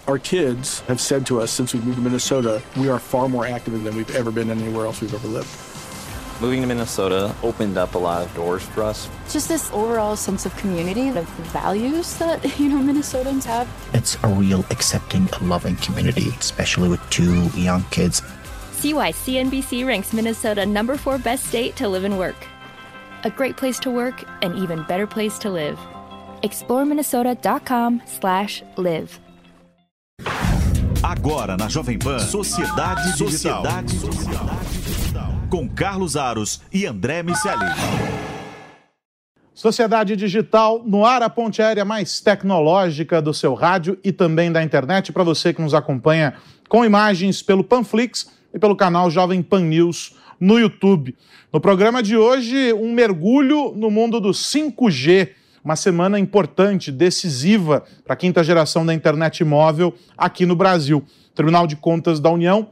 Our kids have said to us since we moved to Minnesota, we are far more active than we've ever been anywhere else we've ever lived. Moving to Minnesota opened up a lot of doors for us. Just this overall sense of community, of the values that, Minnesotans have. It's a real accepting, loving community, especially with 2 young kids. See why CNBC ranks Minnesota number 4 best state to live and work. A great place to work, an even better place to live. ExploreMinnesota.com/live. Agora na Jovem Pan, Sociedade Digital. Com Carlos Aros e André Miceli. Sociedade Digital, no ar, a ponte aérea mais tecnológica do seu rádio e também da internet, para você que nos acompanha com imagens pelo Panflix e pelo canal Jovem Pan News no YouTube. No programa de hoje, um mergulho no mundo do 5G, uma semana importante, decisiva para a 5ª geração da internet móvel aqui no Brasil. O Tribunal de Contas da União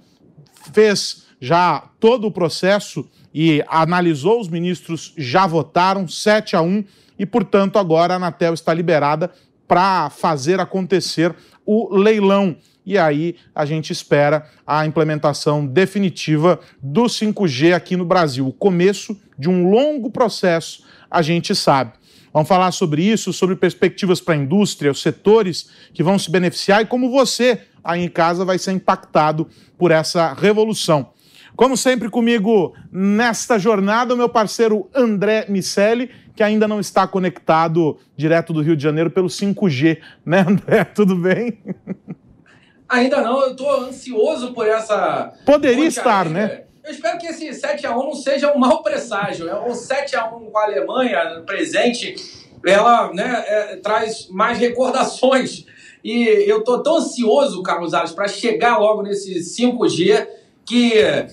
fez já todo o processo e analisou, os ministros já votaram 7-1 e, portanto, agora a Anatel está liberada para fazer acontecer o leilão. E aí a gente espera a implementação definitiva do 5G aqui no Brasil. O começo de um longo processo, a gente sabe. Vamos falar sobre isso, sobre perspectivas para a indústria, os setores que vão se beneficiar e como você, aí em casa, vai ser impactado por essa revolução. Como sempre comigo nesta jornada, o meu parceiro André Miceli, que ainda não está conectado direto do Rio de Janeiro pelo 5G. Né, André? Tudo bem? Ainda não, eu estou ansioso por essa... Poderia estar, né? Eu espero que esse 7-1 não seja um mau presságio. O 7-1 com a Alemanha presente, ela traz mais recordações. E eu estou tão ansioso, Carlos Aros, para chegar logo nesse 5G, que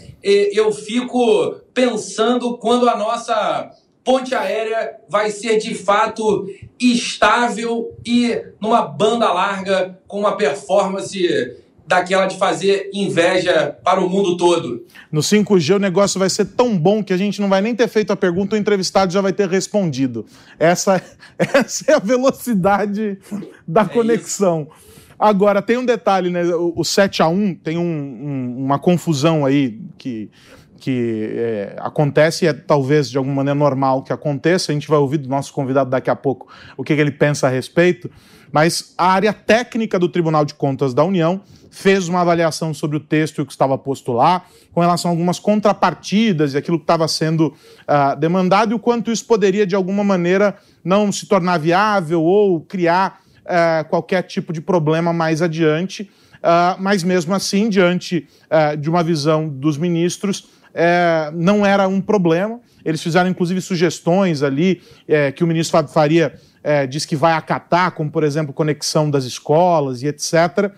eu fico pensando quando a nossa ponte aérea vai ser de fato estável e numa banda larga com uma performance daquela de fazer inveja para o mundo todo. No 5G o negócio vai ser tão bom que a gente não vai nem ter feito a pergunta, o entrevistado já vai ter respondido. Essa é a velocidade da conexão. Isso. Agora, tem um detalhe, né? O 7-1 tem uma confusão aí que acontece e é talvez de alguma maneira normal que aconteça. A gente vai ouvir do nosso convidado daqui a pouco o que ele pensa a respeito. Mas a área técnica do Tribunal de Contas da União fez uma avaliação sobre o texto e o que estava posto lá, com relação a algumas contrapartidas e aquilo que estava sendo demandado e o quanto isso poderia, de alguma maneira, não se tornar viável ou criar qualquer tipo de problema mais adiante. Mas, mesmo assim, diante de uma visão dos ministros, não era um problema. Eles fizeram, inclusive, sugestões ali que o ministro Fábio Faria diz que vai acatar, como, por exemplo, conexão das escolas e etc.,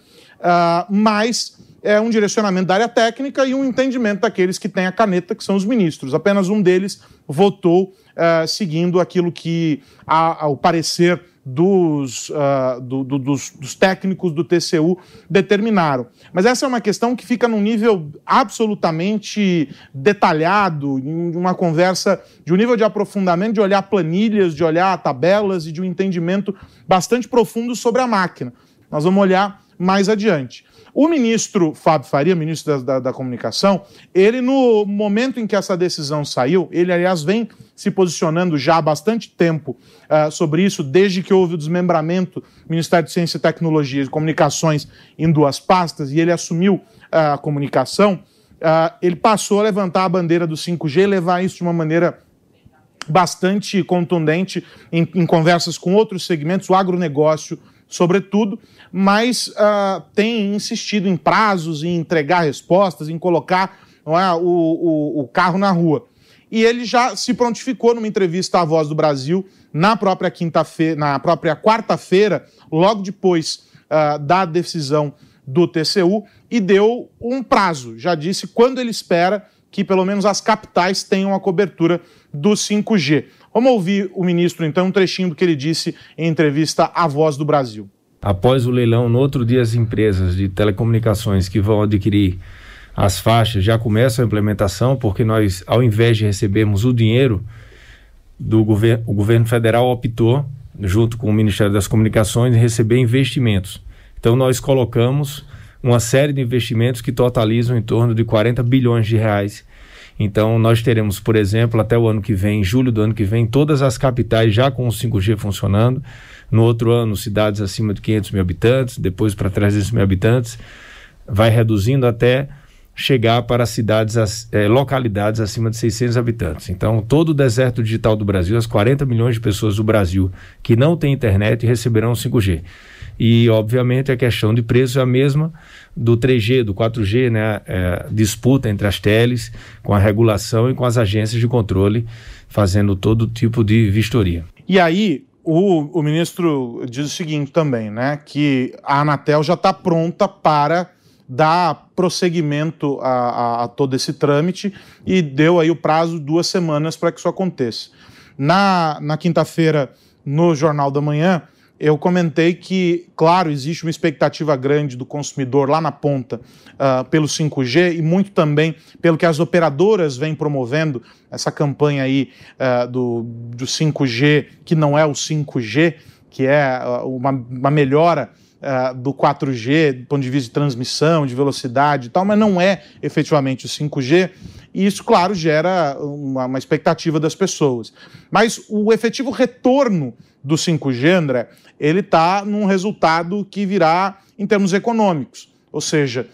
mas é um direcionamento da área técnica e um entendimento daqueles que têm a caneta, que são os ministros. Apenas um deles votou seguindo aquilo que, ao parecer dos técnicos do TCU determinaram. Mas essa é uma questão que fica num nível absolutamente detalhado, em uma conversa de um nível de aprofundamento, de olhar planilhas, de olhar tabelas e de um entendimento bastante profundo sobre a máquina. Nós vamos olhar mais adiante. O ministro Fábio Faria, ministro da Comunicação, ele, no momento em que essa decisão saiu, ele, aliás, vem se posicionando já há bastante tempo sobre isso, desde que houve o desmembramento do Ministério de Ciência e Tecnologia e Comunicações em 2 pastas, e ele assumiu a comunicação, ele passou a levantar a bandeira do 5G e levar isso de uma maneira bastante contundente em conversas com outros segmentos, o agronegócio, sobretudo, mas tem insistido em prazos, em entregar respostas, em colocar o carro na rua. E ele já se prontificou numa entrevista à Voz do Brasil na própria quarta-feira, logo depois da decisão do TCU, e deu um prazo. Já disse quando ele espera que pelo menos as capitais tenham a cobertura do 5G. Vamos ouvir o ministro, então, um trechinho do que ele disse em entrevista à Voz do Brasil. Após o leilão, no outro dia, as empresas de telecomunicações que vão adquirir as faixas já começam a implementação, porque nós, ao invés de recebermos o dinheiro do governo federal optou, junto com o Ministério das Comunicações, em receber investimentos. Então nós colocamos uma série de investimentos que totalizam em torno de 40 bilhões de reais. Então nós teremos, por exemplo, até o ano que vem, em julho do ano que vem, todas as capitais já com o 5G funcionando. No outro ano, cidades acima de 500 mil habitantes, depois para 300 mil habitantes, vai reduzindo até chegar para cidades, localidades acima de 600 habitantes. Então, todo o deserto digital do Brasil, as 40 milhões de pessoas do Brasil que não têm internet receberão 5G. E, obviamente, a questão de preço é a mesma do 3G, do 4G, né? Disputa entre as teles, com a regulação e com as agências de controle, fazendo todo tipo de vistoria. E aí, o ministro diz o seguinte também, né? Que a Anatel já está pronta para dar prosseguimento a todo esse trâmite e deu aí o prazo de 2 semanas para que isso aconteça. Na quinta-feira, no Jornal da Manhã, eu comentei que, claro, existe uma expectativa grande do consumidor lá na ponta pelo 5G e muito também pelo que as operadoras vêm promovendo, essa campanha aí do 5G, que não é o 5G, que é uma melhora do 4G, do ponto de vista de transmissão, de velocidade e tal, mas não é efetivamente o 5G, e isso, claro, gera uma expectativa das pessoas. Mas o efetivo retorno do 5G, André, ele está num resultado que virá em termos econômicos, ou seja,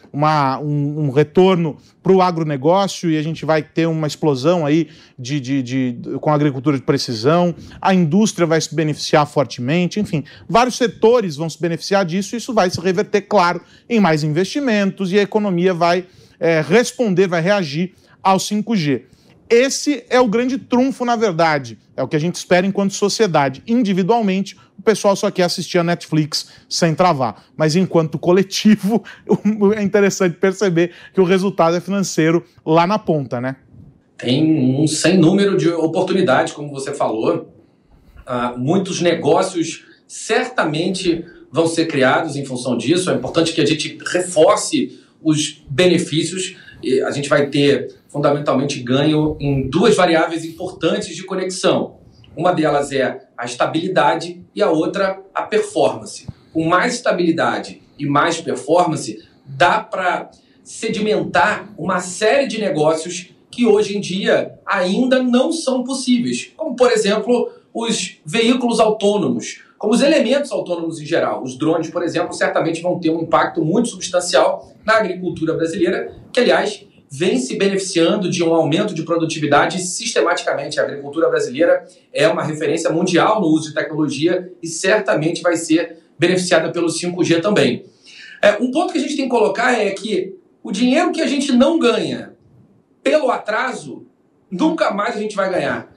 um retorno para o agronegócio, e a gente vai ter uma explosão aí com a agricultura de precisão, a indústria vai se beneficiar fortemente, enfim, vários setores vão se beneficiar disso, e isso vai se reverter, claro, em mais investimentos, e a economia vai responder, vai reagir ao 5G. Esse é o grande trunfo, na verdade, é o que a gente espera enquanto sociedade. Individualmente, o pessoal só quer assistir a Netflix sem travar, mas enquanto coletivo, é interessante perceber que o resultado é financeiro lá na ponta, né? Tem um sem número de oportunidades, como você falou. Muitos negócios certamente vão ser criados em função disso. É importante que a gente reforce os benefícios. A gente vai ter fundamentalmente ganho em 2 variáveis importantes de conexão. Uma delas é a estabilidade e a outra a performance. Com mais estabilidade e mais performance, dá para sedimentar uma série de negócios que hoje em dia ainda não são possíveis, como, por exemplo, os veículos autônomos, como os elementos autônomos em geral. Os drones, por exemplo, certamente vão ter um impacto muito substancial na agricultura brasileira, que, aliás, vem se beneficiando de um aumento de produtividade sistematicamente. A agricultura brasileira é uma referência mundial no uso de tecnologia e certamente vai ser beneficiada pelo 5G também. Um ponto que a gente tem que colocar é que o dinheiro que a gente não ganha pelo atraso, nunca mais a gente vai ganhar.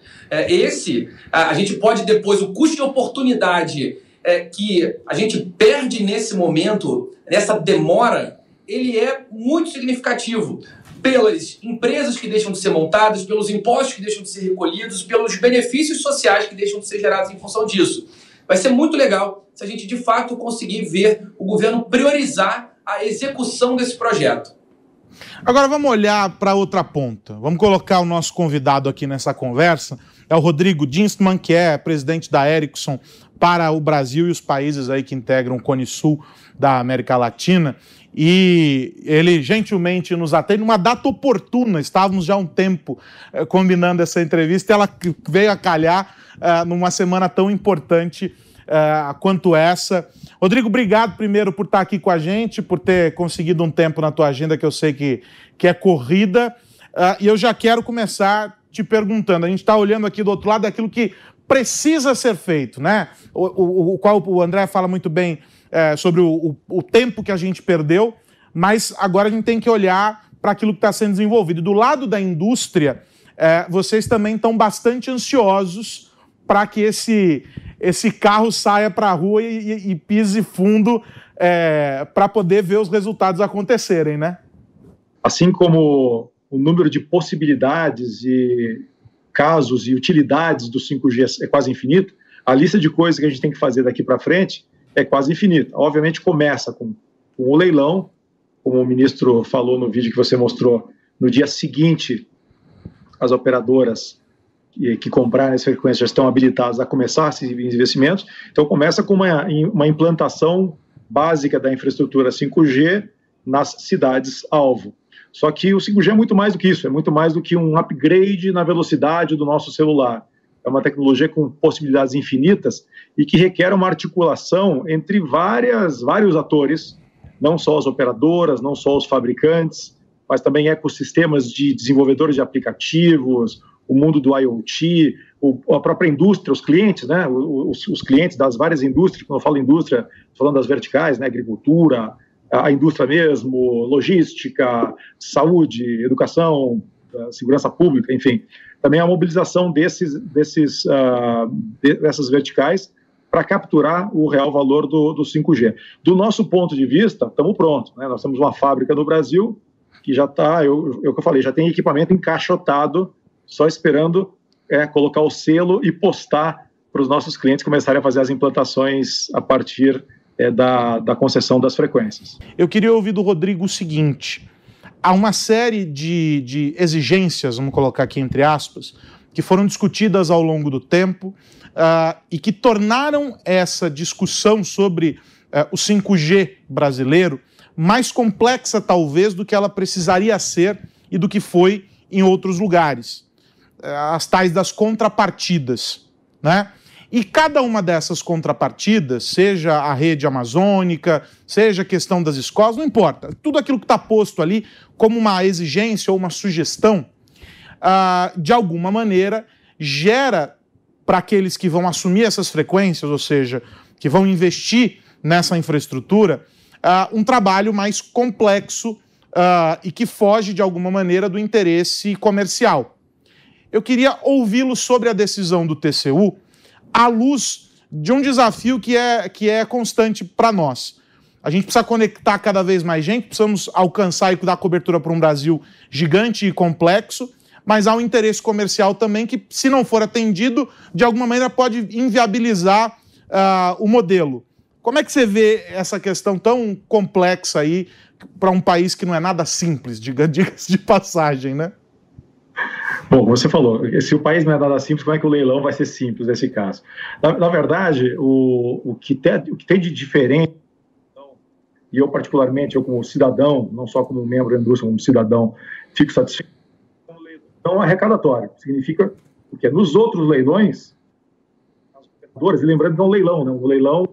A gente pode depois, o custo de oportunidade que a gente perde nesse momento, nessa demora, ele é muito significativo. Pelas empresas que deixam de ser montadas, pelos impostos que deixam de ser recolhidos, pelos benefícios sociais que deixam de ser gerados em função disso. Vai ser muito legal se a gente, de fato, conseguir ver o governo priorizar a execução desse projeto. Agora vamos olhar para outra ponta. Vamos colocar o nosso convidado aqui nessa conversa. É o Rodrigo Dienstmann, que é presidente da Ericsson para o Brasil e os países aí que integram o Cone Sul da América Latina. E ele gentilmente nos atende numa data oportuna. Estávamos já há um tempo combinando essa entrevista e ela veio a calhar numa semana tão importante quanto essa. Rodrigo, obrigado primeiro por estar aqui com a gente, por ter conseguido um tempo na tua agenda que eu sei que é corrida. E eu já quero começar te perguntando, a gente está olhando aqui do outro lado daquilo que precisa ser feito, né? O qual o André fala muito bem sobre o tempo que a gente perdeu, mas agora a gente tem que olhar para aquilo que está sendo desenvolvido. E do lado da indústria, vocês também estão bastante ansiosos para que esse carro saia para a rua e pise fundo para poder ver os resultados acontecerem, né? Assim como o número de possibilidades e casos e utilidades do 5G é quase infinito, a lista de coisas que a gente tem que fazer daqui para frente é quase infinita. Obviamente começa com o leilão, como o ministro falou no vídeo que você mostrou, no dia seguinte as operadoras que compraram essa frequência já estão habilitadas a começar esses investimentos. Então começa com uma implantação básica da infraestrutura 5G nas cidades-alvo. Só que o 5G é muito mais do que isso, é muito mais do que um upgrade na velocidade do nosso celular. É uma tecnologia com possibilidades infinitas e que requer uma articulação entre vários atores, não só as operadoras, não só os fabricantes, mas também ecossistemas de desenvolvedores de aplicativos, o mundo do IoT, a própria indústria, os clientes, né? Os clientes das várias indústrias. Quando eu falo indústria, estou falando das verticais, né? Agricultura, a indústria mesmo, logística, saúde, educação, segurança pública, enfim. Também a mobilização dessas verticais para capturar o real valor do 5G. Do nosso ponto de vista, estamos prontos, né? Nós temos uma fábrica no Brasil que já está, eu falei, já tem equipamento encaixotado, só esperando colocar o selo e postar para os nossos clientes começarem a fazer as implantações a partir da concessão das frequências. Eu queria ouvir do Rodrigo o seguinte: há uma série de exigências, vamos colocar aqui entre aspas, que foram discutidas ao longo do tempo e que tornaram essa discussão sobre o 5G brasileiro mais complexa, talvez, do que ela precisaria ser e do que foi em outros lugares. As tais das contrapartidas, né? E cada uma dessas contrapartidas, seja a rede amazônica, seja a questão das escolas, não importa. Tudo aquilo que está posto ali como uma exigência ou uma sugestão, de alguma maneira, gera para aqueles que vão assumir essas frequências, ou seja, que vão investir nessa infraestrutura, um trabalho mais complexo e que foge, de alguma maneira, do interesse comercial. Eu queria ouvi-lo sobre a decisão do TCU, à luz de um desafio que é constante para nós. A gente precisa conectar cada vez mais gente, precisamos alcançar e dar cobertura para um Brasil gigante e complexo, mas há um interesse comercial também que, se não for atendido, de alguma maneira pode inviabilizar o modelo. Como é que você vê essa questão tão complexa aí para um país que não é nada simples, diga-se de passagem, né? Bom, você falou, se o país não é nada simples, como é que o leilão vai ser simples nesse caso? Na verdade, o que tem de diferente, e eu particularmente, eu como cidadão, não só como membro da indústria, como cidadão, fico satisfeito com o leilão arrecadatório. Significa, porque nos outros leilões, as operadoras, e lembrando que é um leilão, né? Um leilão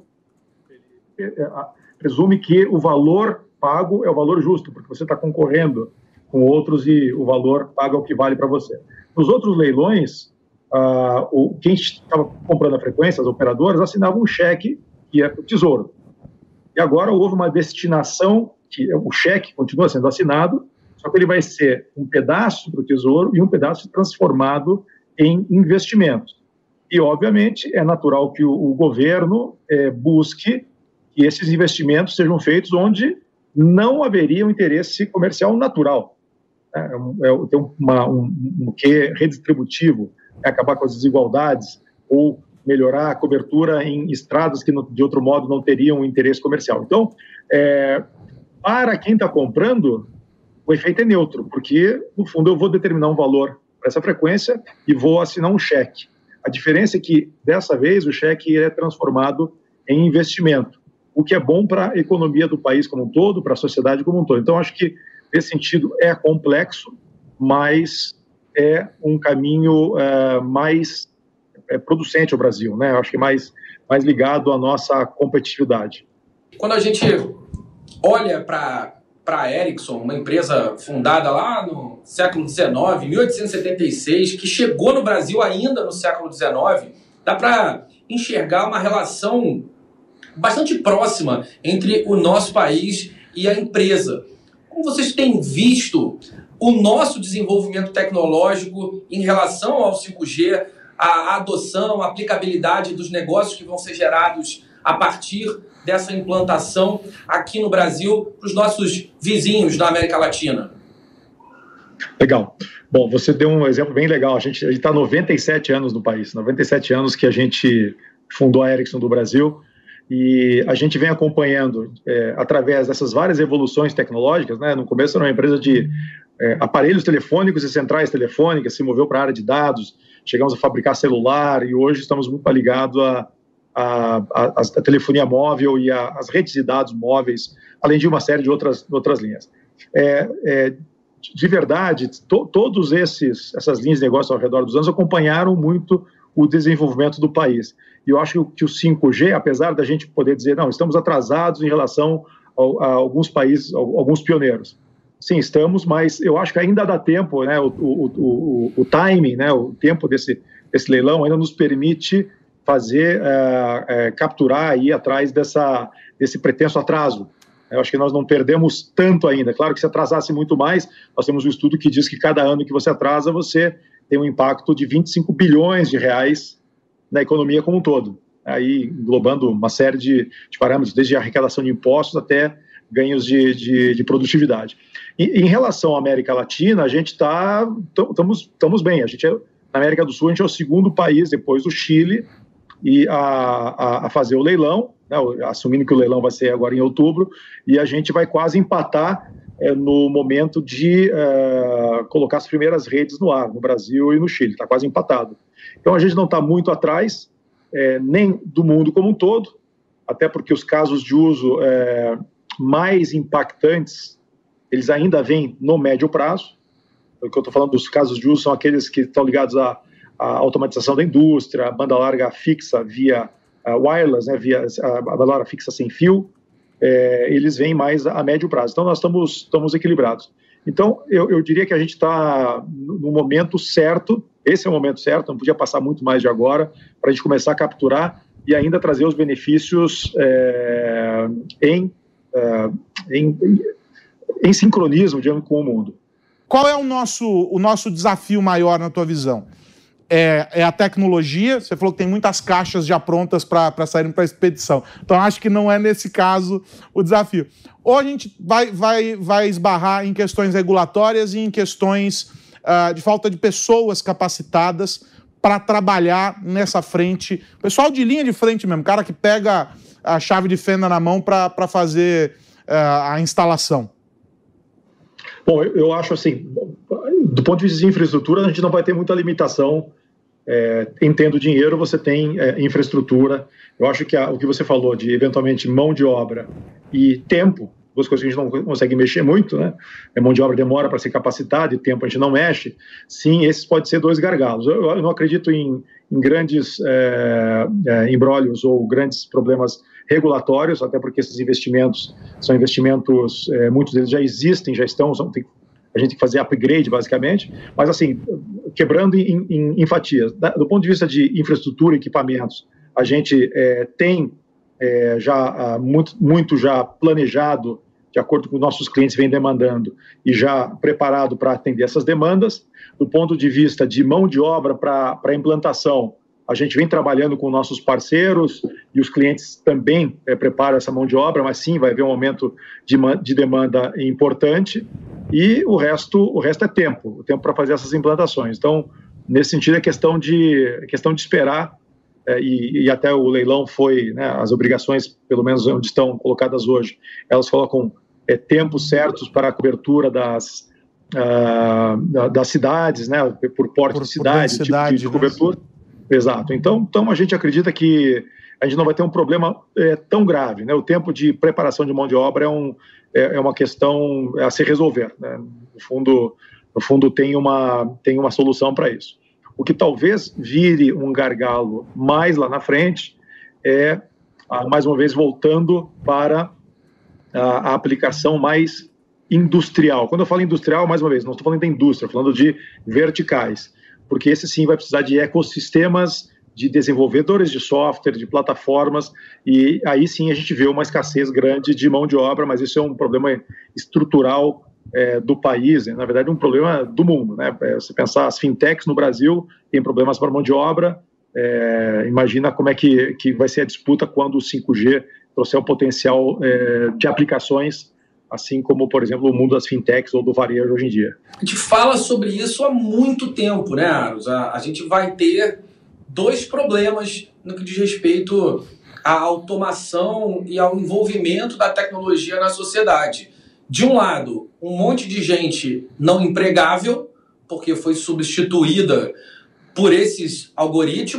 presume que o valor pago é o valor justo, porque você está concorrendo com outros e o valor paga o que vale para você. Nos outros leilões, quem estava comprando a frequência, as operadoras, assinavam um cheque que é para o Tesouro. E agora houve uma destinação, que o cheque continua sendo assinado, só que ele vai ser um pedaço para o Tesouro e um pedaço transformado em investimento. E, obviamente, é natural que o governo busque que esses investimentos sejam feitos onde não haveria um interesse comercial natural. Tem um quê redistributivo, acabar com as desigualdades ou melhorar a cobertura em estradas que, de outro modo, não teriam interesse comercial. Então, para quem está comprando, o efeito é neutro, porque, no fundo, eu vou determinar um valor para essa frequência e vou assinar um cheque. A diferença é que, dessa vez, o cheque é transformado em investimento, o que é bom para a economia do país como um todo, para a sociedade como um todo. Então, acho que, nesse sentido, é complexo, mas é um caminho mais producente ao Brasil, né? Acho que mais ligado à nossa competitividade. Quando a gente olha para a Ericsson, uma empresa fundada lá no século XIX, 1876, que chegou no Brasil ainda no século XIX, dá para enxergar uma relação bastante próxima entre o nosso país e a empresa. Como vocês têm visto o nosso desenvolvimento tecnológico em relação ao 5G, a adoção, a aplicabilidade dos negócios que vão ser gerados a partir dessa implantação aqui no Brasil para os nossos vizinhos da América Latina? Legal. Bom, você deu um exemplo bem legal. A gente está há 97 anos no país, 97 anos que a gente fundou a Ericsson do Brasil, e a gente vem acompanhando através dessas várias evoluções tecnológicas, né? No começo era uma empresa de aparelhos telefônicos e centrais telefônicas, se moveu para a área de dados, chegamos a fabricar celular e hoje estamos muito ligados a a telefonia móvel e as redes de dados móveis, além de uma série de outras linhas. De verdade, todas essas linhas de negócio ao redor dos anos acompanharam muito o desenvolvimento do país. E eu acho que o 5G, apesar da gente poder dizer, não, estamos atrasados em relação a alguns países, alguns pioneiros. Sim, estamos, mas eu acho que ainda dá tempo, né, o timing, né, o tempo desse leilão ainda nos permite capturar aí atrás desse pretenso atraso. Eu acho que nós não perdemos tanto ainda. Claro que se atrasasse muito mais, nós temos um estudo que diz que cada ano que você atrasa, você tem um impacto de 25 bilhões de reais na economia como um todo. Aí englobando uma série de parâmetros, desde a arrecadação de impostos até ganhos de produtividade. E em relação à América Latina, a gente estamos bem. Na América do Sul, a gente é o segundo país, depois do Chile, a fazer o leilão, né, assumindo que o leilão vai ser agora em outubro, e a gente vai quase empatar no momento de colocar as primeiras redes no ar, no Brasil e no Chile, está quase empatado. Então a gente não está muito atrás, nem do mundo como um todo, até porque os casos de uso mais impactantes, eles ainda vêm no médio prazo. O que eu estou falando dos casos de uso são aqueles que estão ligados à automatização da indústria, a banda larga fixa via wireless, né, via a banda larga fixa sem fio, eles vêm mais a médio prazo. Então, nós estamos equilibrados. Então, eu diria que a gente está no momento certo, esse é o momento certo, não podia passar muito mais de agora, para a gente começar a capturar e ainda trazer os benefícios em sincronismo, digamos, com o mundo. Qual é o nosso desafio maior na tua visão? É a tecnologia. Você falou que tem muitas caixas já prontas para saírem para a expedição. Então, acho que não é nesse caso o desafio. Ou a gente vai esbarrar em questões regulatórias e em questões de falta de pessoas capacitadas para trabalhar nessa frente. Pessoal de linha de frente mesmo, cara que pega a chave de fenda na mão para fazer a instalação. Bom, eu acho assim, do ponto de vista de infraestrutura, a gente não vai ter muita limitação. Em tendo dinheiro, você tem infraestrutura. Eu acho que o que você falou de, eventualmente, mão de obra e tempo, duas coisas que a gente não consegue mexer muito, né? Mão de obra demora para ser capacitada e tempo a gente não mexe. Sim, esses podem ser dois gargalos. Eu não acredito em grandes embrólios ou grandes problemas regulatórios, até porque esses investimentos são investimentos, muitos deles já existem, já estão, a gente tem que fazer upgrade, basicamente, mas assim, quebrando em fatias. Do ponto de vista de infraestrutura e equipamentos, a gente tem já muito já planejado, de acordo com os nossos clientes vêm demandando, e já preparado para atender essas demandas. Do ponto de vista de mão de obra para a implantação, a gente vem trabalhando com nossos parceiros e os clientes também preparam essa mão de obra, mas sim, vai haver um aumento de demanda importante e o resto é tempo para fazer essas implantações. Então, nesse sentido, é questão de esperar e até o leilão foi, né, as obrigações, pelo menos onde estão colocadas hoje, elas colocam tempos certos para a cobertura das cidades, né, por porte de cidade, tipo de cobertura. Né? Exato. Então a gente acredita que a gente não vai ter um problema tão grave, né? O tempo de preparação de mão de obra é uma questão a se resolver, né? No fundo tem uma solução para isso. O que talvez vire um gargalo mais lá na frente mais uma vez, voltando para a aplicação mais industrial. Quando eu falo industrial, mais uma vez, não estou falando da indústria, estou falando de verticais. Porque esse sim vai precisar de ecossistemas de desenvolvedores de software, de plataformas, e aí sim a gente vê uma escassez grande de mão de obra, mas isso é um problema estrutural do país, né? Na verdade um problema do mundo, né? Você pensar as fintechs no Brasil têm problemas para mão de obra, imagina como é que vai ser a disputa quando o 5G trouxer o potencial de aplicações, assim como, por exemplo, o mundo das fintechs ou do varejo hoje em dia. A gente fala sobre isso há muito tempo, né, Aros? A gente vai ter dois problemas no que diz respeito à automação e ao envolvimento da tecnologia na sociedade. De um lado, um monte de gente não empregável, porque foi substituída por esses algoritmos,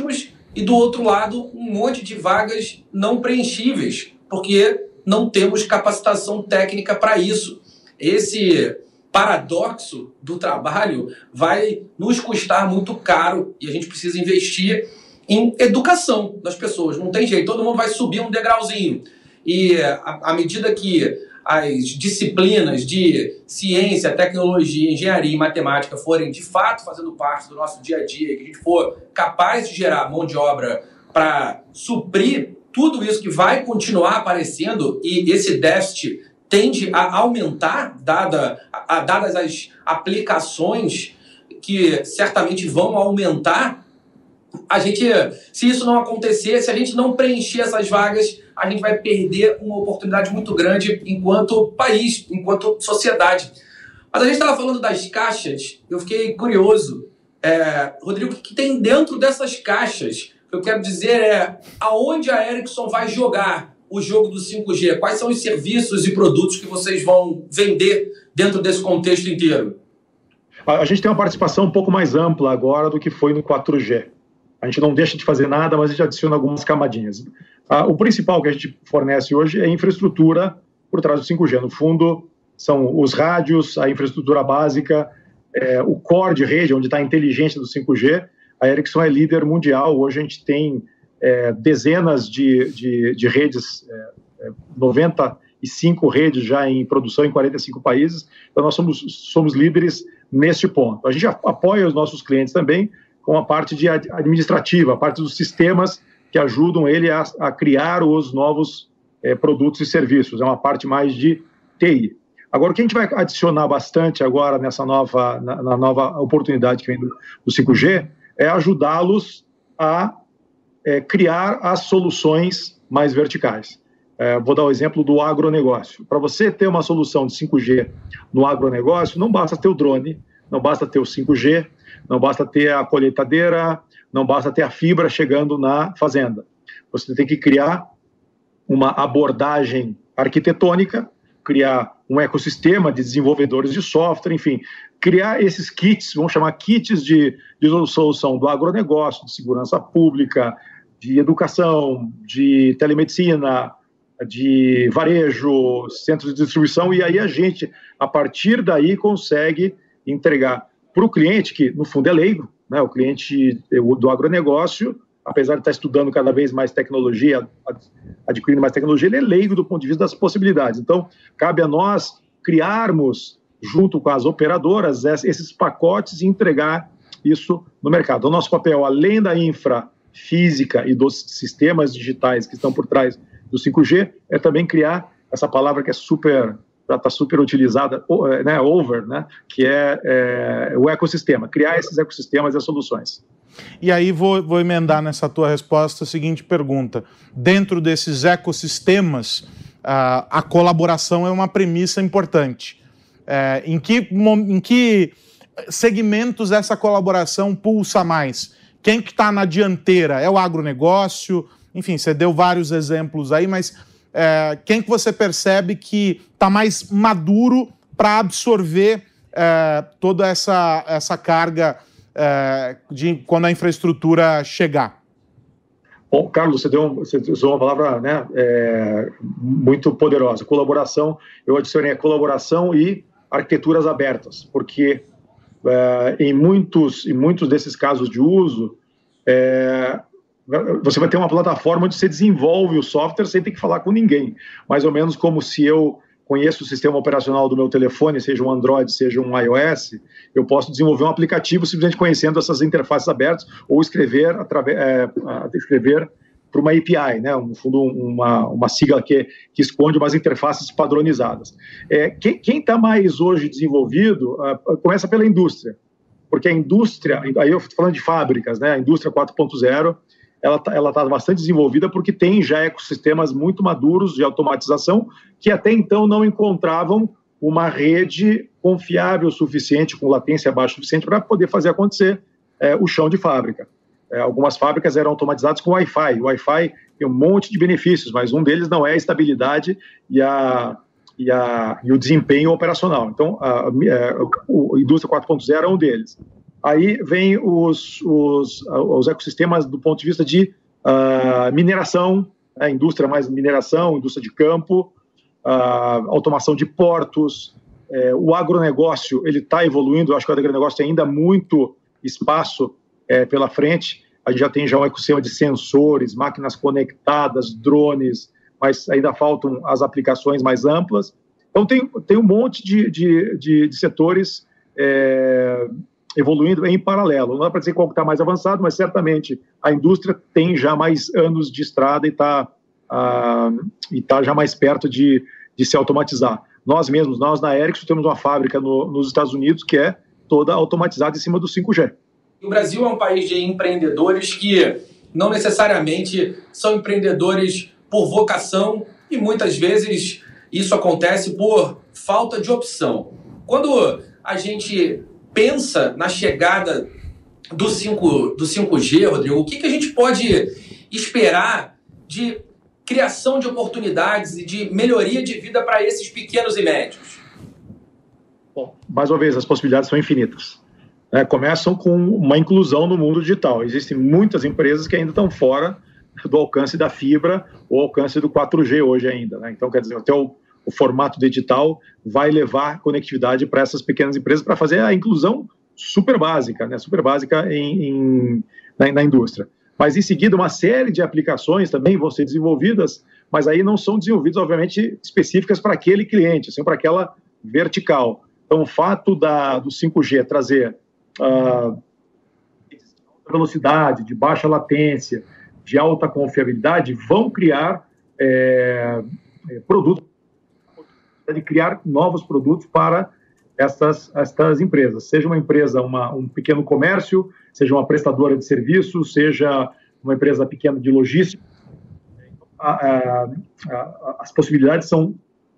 e do outro lado um monte de vagas não preenchíveis, porque não temos capacitação técnica para isso. Esse paradoxo do trabalho vai nos custar muito caro e a gente precisa investir em educação das pessoas. Não tem jeito, todo mundo vai subir um degrauzinho. E à medida que as disciplinas de ciência, tecnologia, engenharia e matemática forem de fato fazendo parte do nosso dia a dia, que a gente for capaz de gerar mão de obra para suprir tudo isso que vai continuar aparecendo, e esse déficit tende a aumentar, dadas as aplicações que certamente vão aumentar, se isso não acontecer, se a gente não preencher essas vagas, a gente vai perder uma oportunidade muito grande enquanto país, enquanto sociedade. Mas a gente estava falando das caixas, eu fiquei curioso. Rodrigo, o que tem dentro dessas caixas? O que eu quero dizer é aonde a Ericsson vai jogar o jogo do 5G? Quais são os serviços e produtos que vocês vão vender dentro desse contexto inteiro? A gente tem uma participação um pouco mais ampla agora do que foi no 4G. A gente não deixa de fazer nada, mas a gente adiciona algumas camadinhas. O principal que a gente fornece hoje é a infraestrutura por trás do 5G. No fundo, são os rádios, a infraestrutura básica, o core de rede, onde está a inteligência do 5G. A Ericsson é líder mundial. Hoje a gente tem dezenas de redes, 95 redes já em produção em 45 países. Então nós somos líderes neste ponto. A gente apoia os nossos clientes também com a parte administrativa, a parte dos sistemas que ajudam ele a criar os novos produtos e serviços. É uma parte mais de TI. Agora, o que a gente vai adicionar bastante agora na nova oportunidade que vem do 5G é ajudá-los a criar as soluções mais verticais. Vou dar o exemplo do agronegócio. Para você ter uma solução de 5G no agronegócio, não basta ter o drone, não basta ter o 5G, não basta ter a colheitadeira, não basta ter a fibra chegando na fazenda. Você tem que criar uma abordagem arquitetônica, criar um ecossistema de desenvolvedores de software, enfim, criar esses kits, vamos chamar kits de solução do agronegócio, de segurança pública, de educação, de telemedicina, de varejo, centros de distribuição, e aí a gente, a partir daí, consegue entregar para o cliente, que no fundo é leigo, né? O cliente do agronegócio, apesar de estar estudando cada vez mais tecnologia, adquirindo mais tecnologia, ele é leigo do ponto de vista das possibilidades. Então, cabe a nós criarmos, junto com as operadoras, esses pacotes e entregar isso no mercado. O nosso papel, além da infra física e dos sistemas digitais que estão por trás do 5G, é também criar essa palavra que já está super utilizada, né, que é o ecossistema, criar esses ecossistemas e as soluções. E aí vou emendar nessa tua resposta a seguinte pergunta. Dentro desses ecossistemas, a colaboração é uma premissa importante. Em que segmentos essa colaboração pulsa mais? Quem que está na dianteira? É o agronegócio? Enfim, você deu vários exemplos aí, mas quem que você percebe que está mais maduro para absorver toda essa carga de quando a infraestrutura chegar? Bom, Carlos, você usou uma palavra, né, muito poderosa, colaboração. Eu adicionei a colaboração e arquiteturas abertas, porque em muitos desses casos de uso, você vai ter uma plataforma onde você desenvolve o software sem ter que falar com ninguém. Mais ou menos como se eu conheço o sistema operacional do meu telefone, seja um Android, seja um iOS, eu posso desenvolver um aplicativo simplesmente conhecendo essas interfaces abertas ou escrever para uma API, né? No fundo, uma sigla que esconde umas interfaces padronizadas. Quem está mais hoje desenvolvido começa pela indústria, porque a indústria, aí eu estou falando de fábricas, né? A indústria 4.0, ela tá bastante desenvolvida porque tem já ecossistemas muito maduros de automatização que até então não encontravam uma rede confiável o suficiente, com latência baixa o suficiente para poder fazer acontecer o chão de fábrica. Algumas fábricas eram automatizadas com Wi-Fi. O Wi-Fi tem um monte de benefícios, mas um deles não é a estabilidade e o desempenho operacional. Então, a indústria 4.0 é um deles. Aí vem os ecossistemas do ponto de vista de mineração, indústria mais mineração, indústria de campo, automação de portos, o agronegócio, ele está evoluindo. Eu acho que o agronegócio tem ainda muito espaço pela frente. A gente já tem um ecossistema de sensores, máquinas conectadas, drones, mas ainda faltam as aplicações mais amplas. Então tem um monte de setores evoluindo em paralelo. Não dá para dizer qual que está mais avançado, mas certamente a indústria tem já mais anos de estrada e está já mais perto de se automatizar. Nós na Ericsson, temos uma fábrica nos Estados Unidos que é toda automatizada em cima do 5G. O Brasil é um país de empreendedores que não necessariamente são empreendedores por vocação e muitas vezes isso acontece por falta de opção. Quando a gente pensa na chegada do 5G, Rodrigo, o que a gente pode esperar de criação de oportunidades e de melhoria de vida para esses pequenos e médios? Bom, mais uma vez, as possibilidades são infinitas. Começam com uma inclusão no mundo digital. Existem muitas empresas que ainda estão fora do alcance da fibra ou alcance do 4G hoje ainda. Então, quer dizer, até o formato digital vai levar conectividade para essas pequenas empresas para fazer a inclusão super básica na indústria. Mas, em seguida, uma série de aplicações também vão ser desenvolvidas, mas aí não são desenvolvidas, obviamente, específicas para aquele cliente, assim, para aquela vertical. Então, o fato do 5G trazer velocidade, de baixa latência, de alta confiabilidade, vão criar produtos, de criar novos produtos para estas empresas. Seja uma empresa, um pequeno comércio, seja uma prestadora de serviços, seja uma empresa pequena de logística. As possibilidades são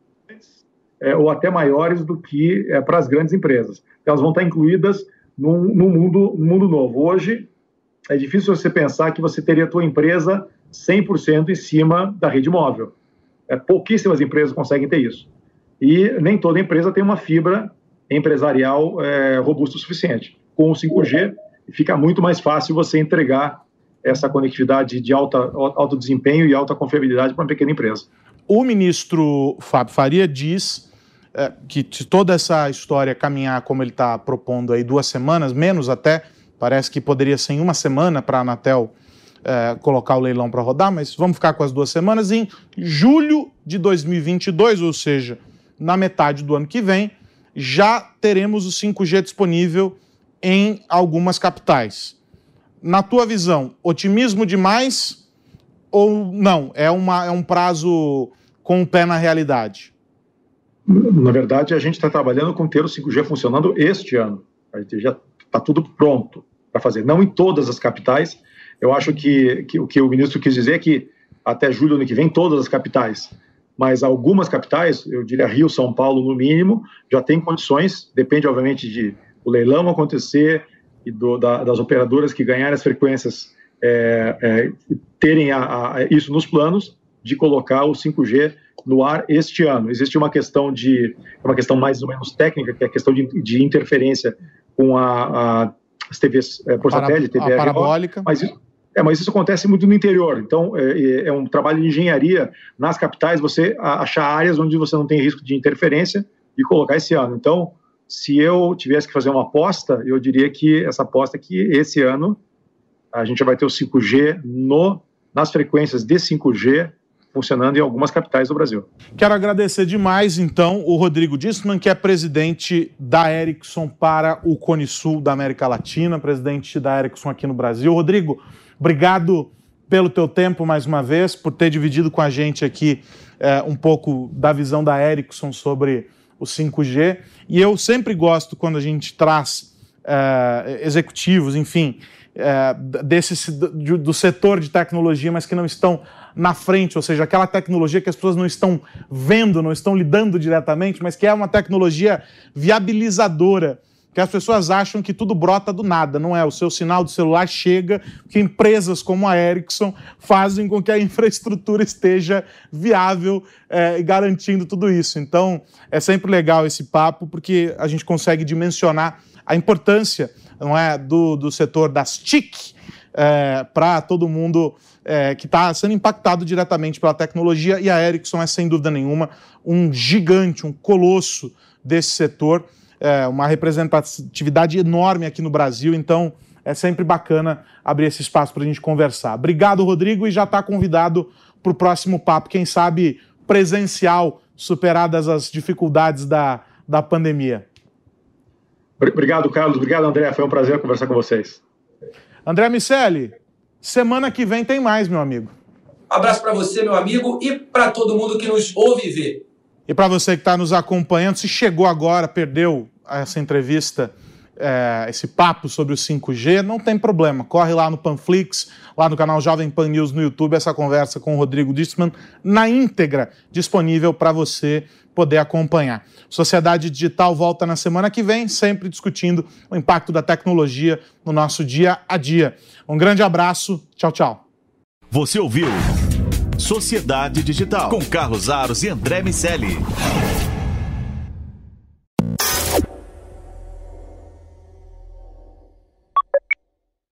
ou até maiores do que para as grandes empresas. Elas vão estar incluídas num mundo novo. Hoje, é difícil você pensar que você teria a tua empresa 100% em cima da rede móvel. Pouquíssimas empresas conseguem ter isso. E nem toda empresa tem uma fibra empresarial robusta o suficiente. Com o 5G, fica muito mais fácil você entregar essa conectividade de alto desempenho e alta confiabilidade para uma pequena empresa. O ministro Fábio Faria diz que se toda essa história caminhar como ele está propondo aí 2 semanas, menos até, parece que poderia ser em 1 semana para a Anatel colocar o leilão para rodar, mas vamos ficar com as 2 semanas. Em julho de 2022, ou seja, na metade do ano que vem, já teremos o 5G disponível em algumas capitais. Na tua visão, otimismo demais ou não? É um prazo com o pé na realidade? Na verdade, a gente está trabalhando com ter o 5G funcionando este ano. A gente já está tudo pronto para fazer. Não em todas as capitais. Eu acho que o que o ministro quis dizer é que até julho do ano que vem, todas as capitais. Mas algumas capitais, eu diria Rio, São Paulo, no mínimo, já tem condições, depende, obviamente, de o leilão acontecer e das operadoras que ganharem as frequências terem isso nos planos, de colocar o 5G no ar este ano. Existe uma questão mais ou menos técnica, que é a questão de interferência com as TVs por satélite, TV parabólica. Mas isso acontece muito no interior. Então, é um trabalho de engenharia nas capitais, você achar áreas onde você não tem risco de interferência e colocar esse ano. Então, se eu tivesse que fazer uma aposta, eu diria que essa aposta é que esse ano a gente vai ter o 5G nas frequências de 5G funcionando em algumas capitais do Brasil. Quero agradecer demais, então, o Rodrigo Dissmann, que é presidente da Ericsson para o Cone Sul da América Latina, presidente da Ericsson aqui no Brasil. Rodrigo, obrigado pelo teu tempo mais uma vez, por ter dividido com a gente aqui um pouco da visão da Ericsson sobre o 5G. E eu sempre gosto quando a gente traz executivos, enfim, do setor de tecnologia, mas que não estão na frente, ou seja, aquela tecnologia que as pessoas não estão vendo, não estão lidando diretamente, mas que é uma tecnologia viabilizadora que as pessoas acham que tudo brota do nada, não é? O seu sinal do celular chega, porque empresas como a Ericsson fazem com que a infraestrutura esteja viável e garantindo tudo isso. Então, é sempre legal esse papo, porque a gente consegue dimensionar a importância, não é, do setor das TIC para todo mundo que está sendo impactado diretamente pela tecnologia, e a Ericsson é, sem dúvida nenhuma, um gigante, um colosso desse setor, uma representatividade enorme aqui no Brasil, então é sempre bacana abrir esse espaço para a gente conversar. Obrigado, Rodrigo, e já está convidado para o próximo papo, quem sabe presencial, superadas as dificuldades da pandemia. Obrigado, Carlos. Obrigado, André. Foi um prazer conversar com vocês. André Miceli, semana que vem tem mais, meu amigo. Abraço para você, meu amigo, e para todo mundo que nos ouve e vê. E para você que está nos acompanhando, se chegou agora, perdeu essa entrevista, esse papo sobre o 5G, não tem problema. Corre lá no Panflix, lá no canal Jovem Pan News no YouTube, essa conversa com o Rodrigo Distman na íntegra, disponível para você poder acompanhar. Sociedade Digital volta na semana que vem, sempre discutindo o impacto da tecnologia no nosso dia a dia. Um grande abraço, tchau, tchau. Você ouviu Sociedade Digital com Carlos Aros e André Miceli.